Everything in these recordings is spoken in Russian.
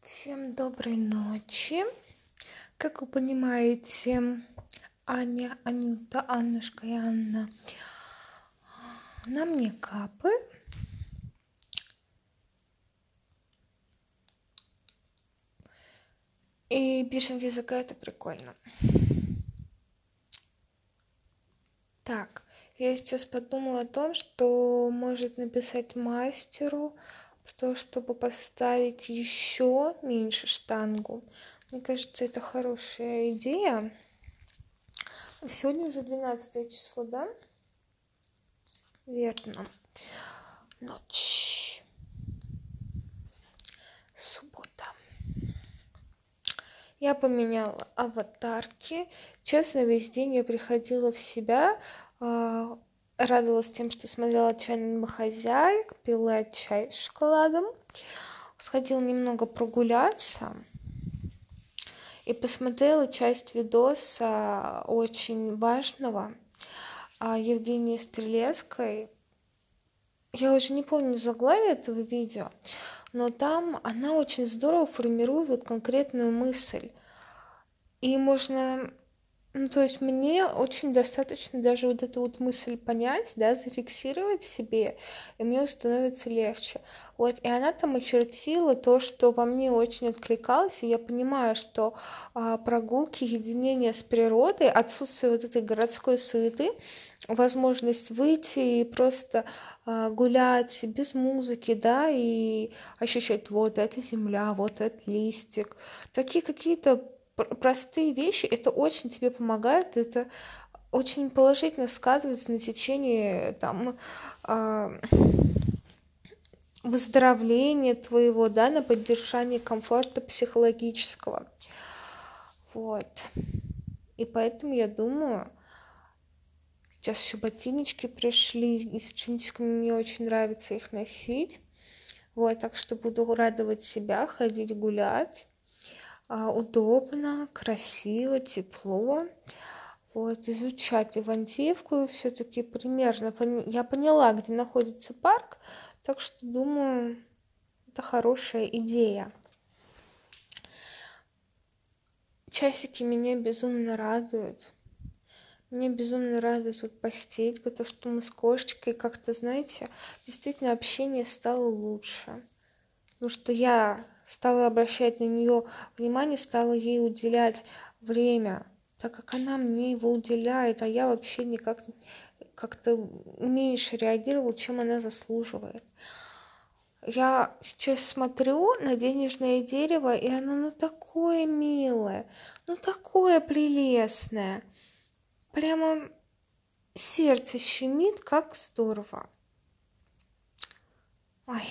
Всем доброй ночи. Как вы понимаете, Аня, Анюта, Аннушка и Анна на мне капы. И бешенки языка — это прикольно. Так, я сейчас подумала о том, что может написать мастеру, чтобы поставить еще меньше штангу. Мне кажется, это хорошая идея. Сегодня уже 12 число, да? Верно. Ночь. Суббота. Я поменяла аватарки. Честно, весь день я приходила в себя, радовалась тем, что смотрела «Отчаянных домохозяек», пила чай с шоколадом, сходила немного прогуляться и посмотрела часть видоса очень важного Евгении Стрелецкой. Я уже не помню заглавие этого видео, но там она очень здорово формирует вот конкретную мысль. И можно, то есть мне очень достаточно даже вот эту вот мысль понять, да, зафиксировать себе, и мне становится легче. Вот, и она там очертила то, что во мне очень откликалось, и я понимаю, что прогулки, единение с природой, отсутствие вот этой городской суеты, возможность выйти и просто гулять без музыки, да, и ощущать: вот это земля, вот этот листик. Такие какие-то простые вещи, это очень тебе помогает, это очень положительно сказывается на течение там выздоровления твоего, да, на поддержании комфорта психологического. Вот. И поэтому я думаю, сейчас еще ботиночки пришли, и с джинсиками мне очень нравится их носить. Вот, так что буду радовать себя, ходить гулять. Удобно, красиво, тепло. Вот, изучать Ивантеевку все-таки примерно. Я поняла, где находится парк, так что думаю, это хорошая идея. Часики меня безумно радуют. Мне безумно радует вот постелька, то, что мы с кошечкой как-то, знаете, действительно общение стало лучше. Потому что я стала обращать на нее внимание, стала ей уделять время, так как она мне его уделяет, а я вообще никак как-то меньше реагировала, чем она заслуживает. Я сейчас смотрю на денежное дерево, и оно ну такое милое, ну такое прелестное. Прямо сердце щемит, как здорово. Ой.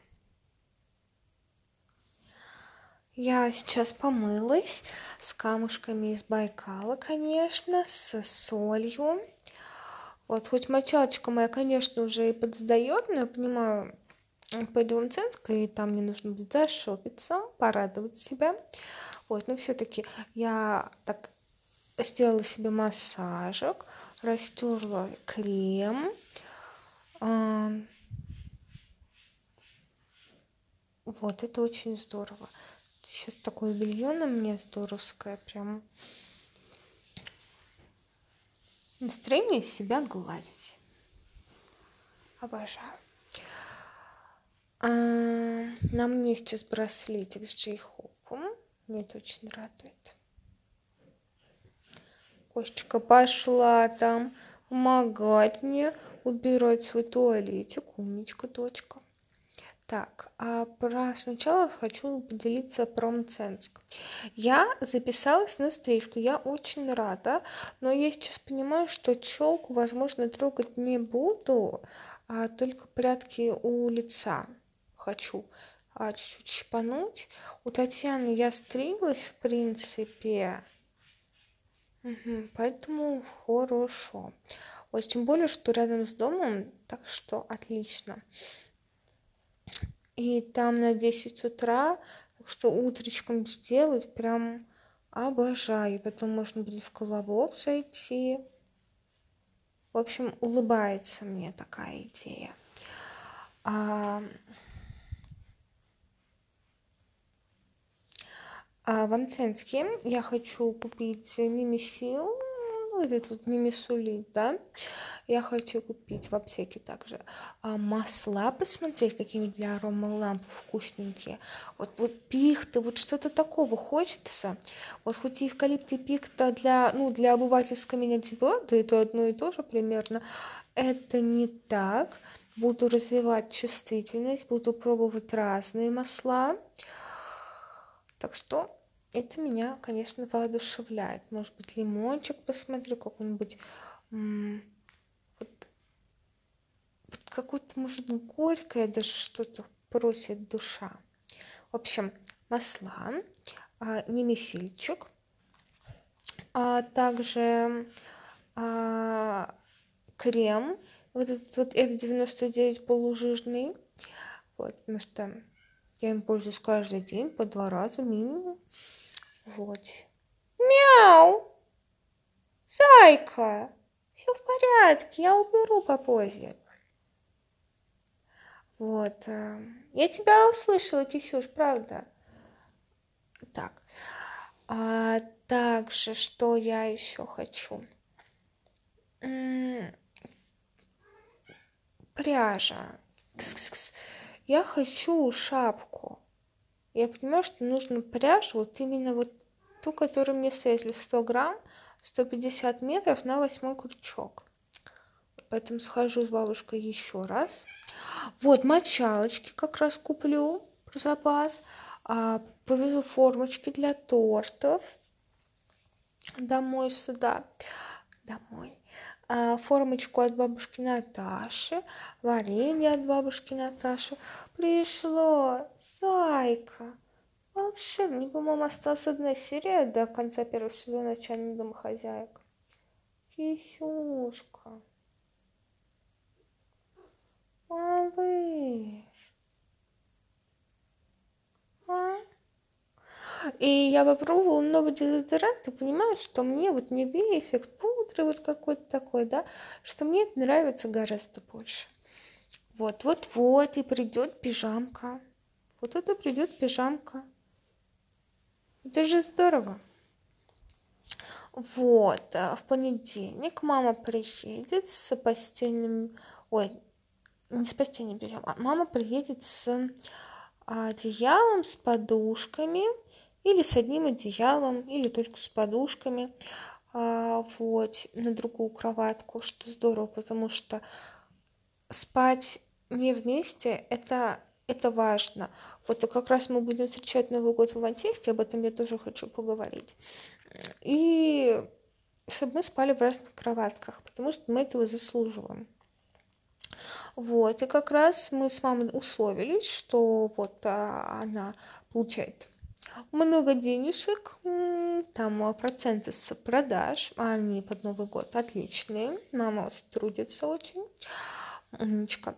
Я сейчас помылась с камушками из Байкала, конечно, с солью. Вот, хоть мочалочка моя, конечно, уже и подсдает, но я понимаю, пойду в Мценск, и там мне нужно будет зашопиться, порадовать себя. Вот, но все-таки я так сделала себе массажик, растерла крем. Вот, это очень здорово. Сейчас такое белье на мне здоровское, прям настроение себя гладить. Обожаю. На мне сейчас браслетик с джейхопом. Мне это очень радует. Кошечка пошла там помогать мне убирать свой туалетик. Умничка, дочка. Так, сначала хочу поделиться про Мценск. Я записалась на стрижку, я очень рада, но я сейчас понимаю, что челку, возможно, трогать не буду, а только прядки у лица хочу чуть-чуть щипануть. У Татьяны я стриглась, в принципе, поэтому хорошо. Вот, тем более, что рядом с домом, так что отлично. И там на 10 утра, так что утречком сделать прям обожаю. Потом можно будет в Колобок зайти. В общем, улыбается мне такая идея. А в Мценске я хочу купить Немесил, ну, этот вот Немесулит, да. Я хочу купить в аптеке также масла, посмотреть, какие для аромаламп вкусненькие. Вот пихты, вот что-то такого хочется. Вот хоть и эвкалипт и пихта для, ну, для обывательского меня типа, да это одно и то же примерно. Это не так. Буду развивать чувствительность, буду пробовать разные масла. Так что это меня, конечно, воодушевляет. Может быть, лимончик посмотрю, какой-нибудь вот какое-то, может, горькое даже что-то просит душа. В общем, масла, немесильчик, а также крем, вот этот вот F99 полужирный, вот, потому что я им пользуюсь каждый день по 2 раза минимум. Вот. Мяу! Зайка! Все в порядке, я уберу попозже. Вот. Я тебя услышала, Кисюш, правда? Так. Также, что я еще хочу? Пряжа. Кс-кс-кс. Я хочу шапку. Я понимаю, что нужно пряжу, вот именно вот ту, которую мне светили 100 грамм, 150 метров на 8 крючок. Поэтому схожу с бабушкой еще раз. Вот, мочалочки как раз куплю про запас. Повезу формочки для тортов домой сюда. Домой. Формочку от бабушки Наташи, варенье от бабушки Наташи. Пришло, зайка. Волшебник, по-моему, осталась одна серия до конца первого сезона «Отчаянных домохозяек». Кисюшка. Малыш. И я попробовала новый дезодорант и понимаю, что мне вот не эффект пудры вот какой-то такой, да, что мне это нравится гораздо больше. Вот, и придет пижамка. Вот это придет пижамка. Это же здорово. Вот, в понедельник мама приедет с постельным... Ой, не с постельным бельем, а мама приедет с одеялом, с подушками, или с одним одеялом, или только с подушками, вот, на другую кроватку, что здорово, потому что спать не вместе, это важно. Вот и как раз мы будем встречать Новый год в Ивантеевке, об этом я тоже хочу поговорить. И чтобы мы спали в разных кроватках, потому что мы этого заслуживаем. Вот, и как раз мы с мамой условились, что вот она получает много денежек, там проценты с продаж, они под Новый год отличные, мама трудится очень, умничка.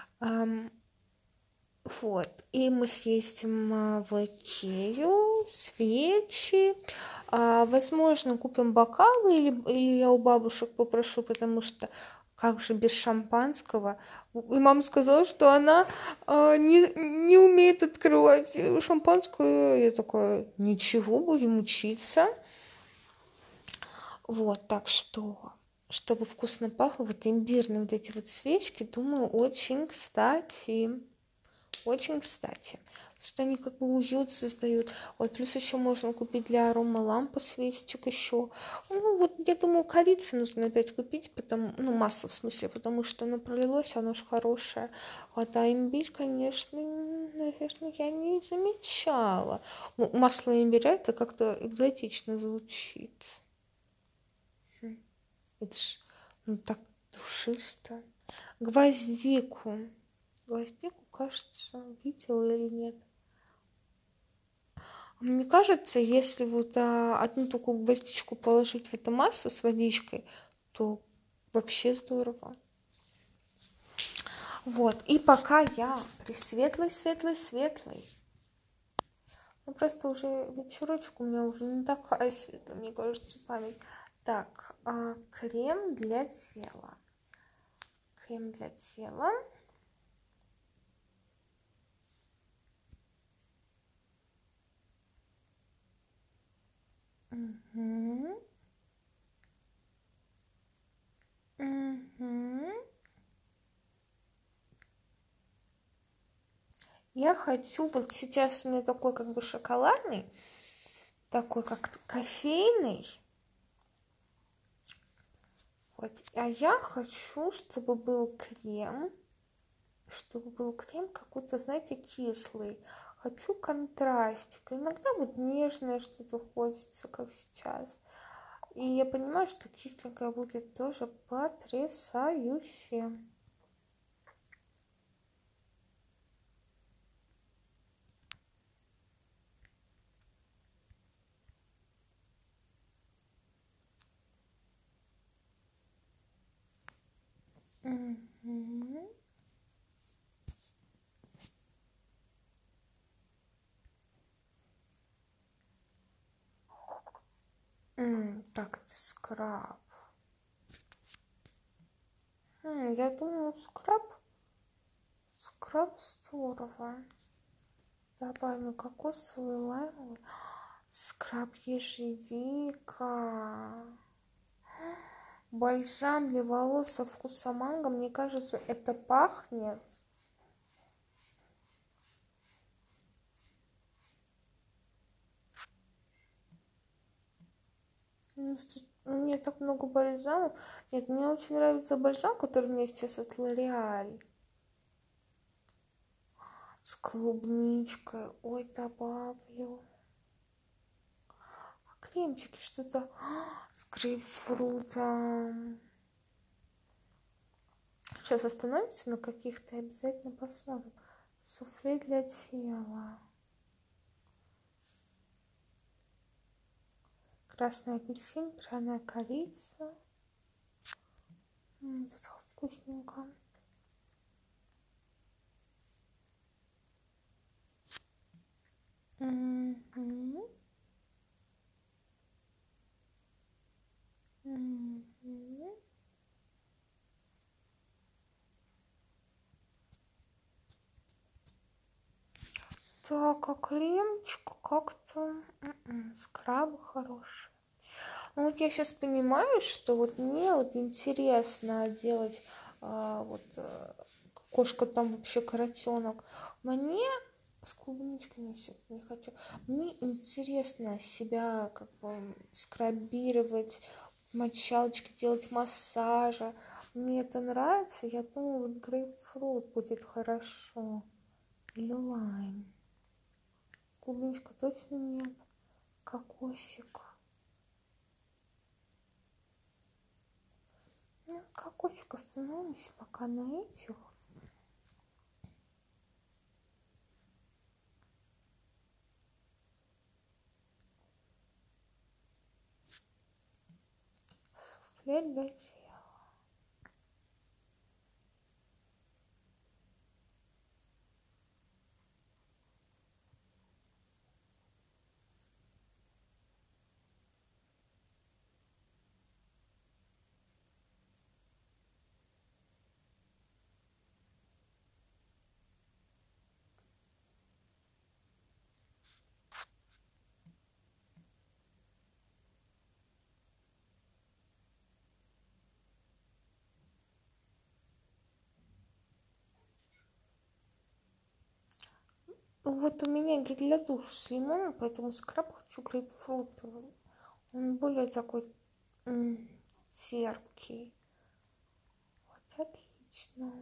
Вот, и мы съездим в Икею, свечи, возможно, купим бокалы, или я у бабушек попрошу, потому что как же без шампанского? И мама сказала, что она не умеет открывать шампанское. Я такая, ничего, будем учиться. Вот, так что, чтобы вкусно пахло, вот имбирные вот эти вот свечки, думаю, очень кстати. Очень кстати, что они как бы уют создают. Вот плюс еще можно купить для аромалампы свечечек еще. Ну вот я думаю, корицы нужно опять купить, ну масло в смысле, потому что оно пролилось, оно же хорошее. Вот, а имбирь, конечно, наверное, я не замечала. Ну, масло имбиря это как-то экзотично звучит. Это ж так душисто. Гвоздику, кажется, видела или нет. Мне кажется, если вот одну такую гвоздичку положить в это масло с водичкой, то вообще здорово. Вот, и пока я при светлой, ну просто уже вечерочек у меня уже не такая светлая, мне кажется, память. Так, крем для тела. Крем для тела. Мгм. Мгм. Я хочу, вот сейчас у меня такой как бы шоколадный, такой как кофейный. Вот. А я хочу, чтобы был крем какой-то, знаете, кислый. Хочу контрастик. Иногда вот нежное что-то хочется, как сейчас. И я понимаю, что кисленькое будет тоже потрясающе. Мгм. Так, это скраб. Я думаю, скраб здорово. Добавим кокосовый, лаймовый. Скраб ежевика. Бальзам для волос со вкусом манго. Мне кажется, это пахнет. У меня так много бальзамов. Нет, мне очень нравится бальзам, который у меня сейчас от L'Oreal. С клубничкой. Ой, добавлю. А кремчики что-то с грейпфрутом. Сейчас остановимся на каких-то и обязательно посмотрим. Суфле для тела. Красный апельсин, пряная корица. Это вкусненько. Мгм. Мгм. Так, а кремчик как-то скрабы хорошие. Ну вот я сейчас понимаю, что вот мне вот интересно делать кошка там вообще коротенок. Мне с клубничкой не все-таки не хочу. Мне интересно себя как бы скрабировать, мочалочки делать массажа. Мне это нравится. Я думаю, вот грейпфрут будет хорошо. Или лайм. Клубничка точно нет. Кокосик. Ну, кокосик остановимся пока на этих. Суфле для тела. Вот у меня гель для душа с лимоном, поэтому скраб хочу грейпфрутовый. Он более такой терпкий. Вот отлично.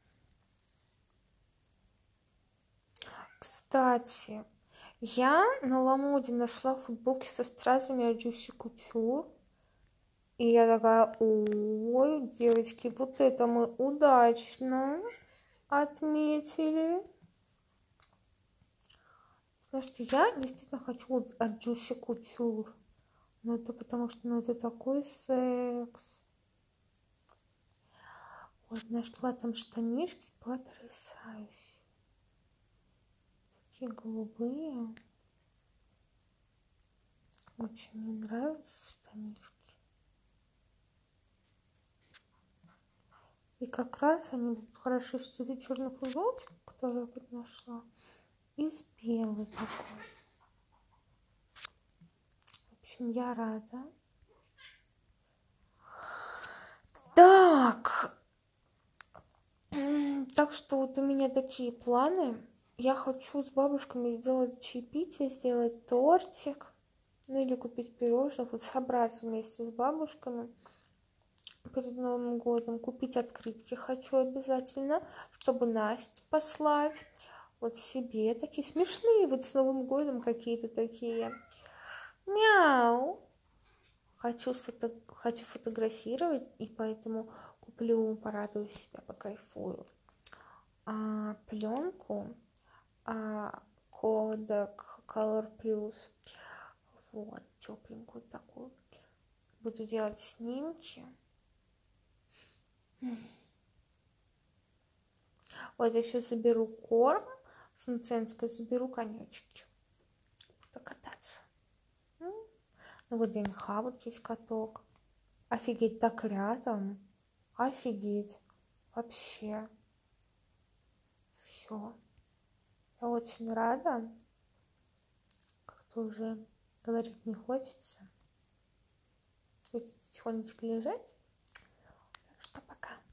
Кстати, я на Ламоде нашла футболки со стразами от Juicy Couture. И я такая, ой, девочки, вот это мы удачно отметили. Потому что я действительно хочу вот от Juicy Couture. Ну, это потому что, ну, это такой секс. Вот, нашла там штанишки потрясающие. Такие голубые. Очень мне нравятся штанишки. И как раз они будут хороши с этой черной футболкой, которую я вот нашла. И с белой такой. В общем, общем, я рада. Так, так что вот у меня такие планы. Я хочу с бабушками сделать чаепитие, сделать тортик, ну или купить пирожных, вот собрать вместе с бабушками перед Новым годом, купить открытки хочу обязательно, чтобы Насте послать, вот себе такие смешные, вот с Новым годом какие-то такие. Мяу. Хочу фотографировать, и поэтому куплю, порадую себя, покайфую. Пленку Kodak Color Plus, вот, тепленькую такую. Буду делать снимки. Вот еще заберу корм с Мценской, заберу конечки. Буду кататься. Ну вот ДНХ, вот есть каток. Офигеть, так рядом. Офигеть. Вообще. Все. Я очень рада. Как-то уже говорить не хочется. Хочется тихонечко лежать. Так что пока.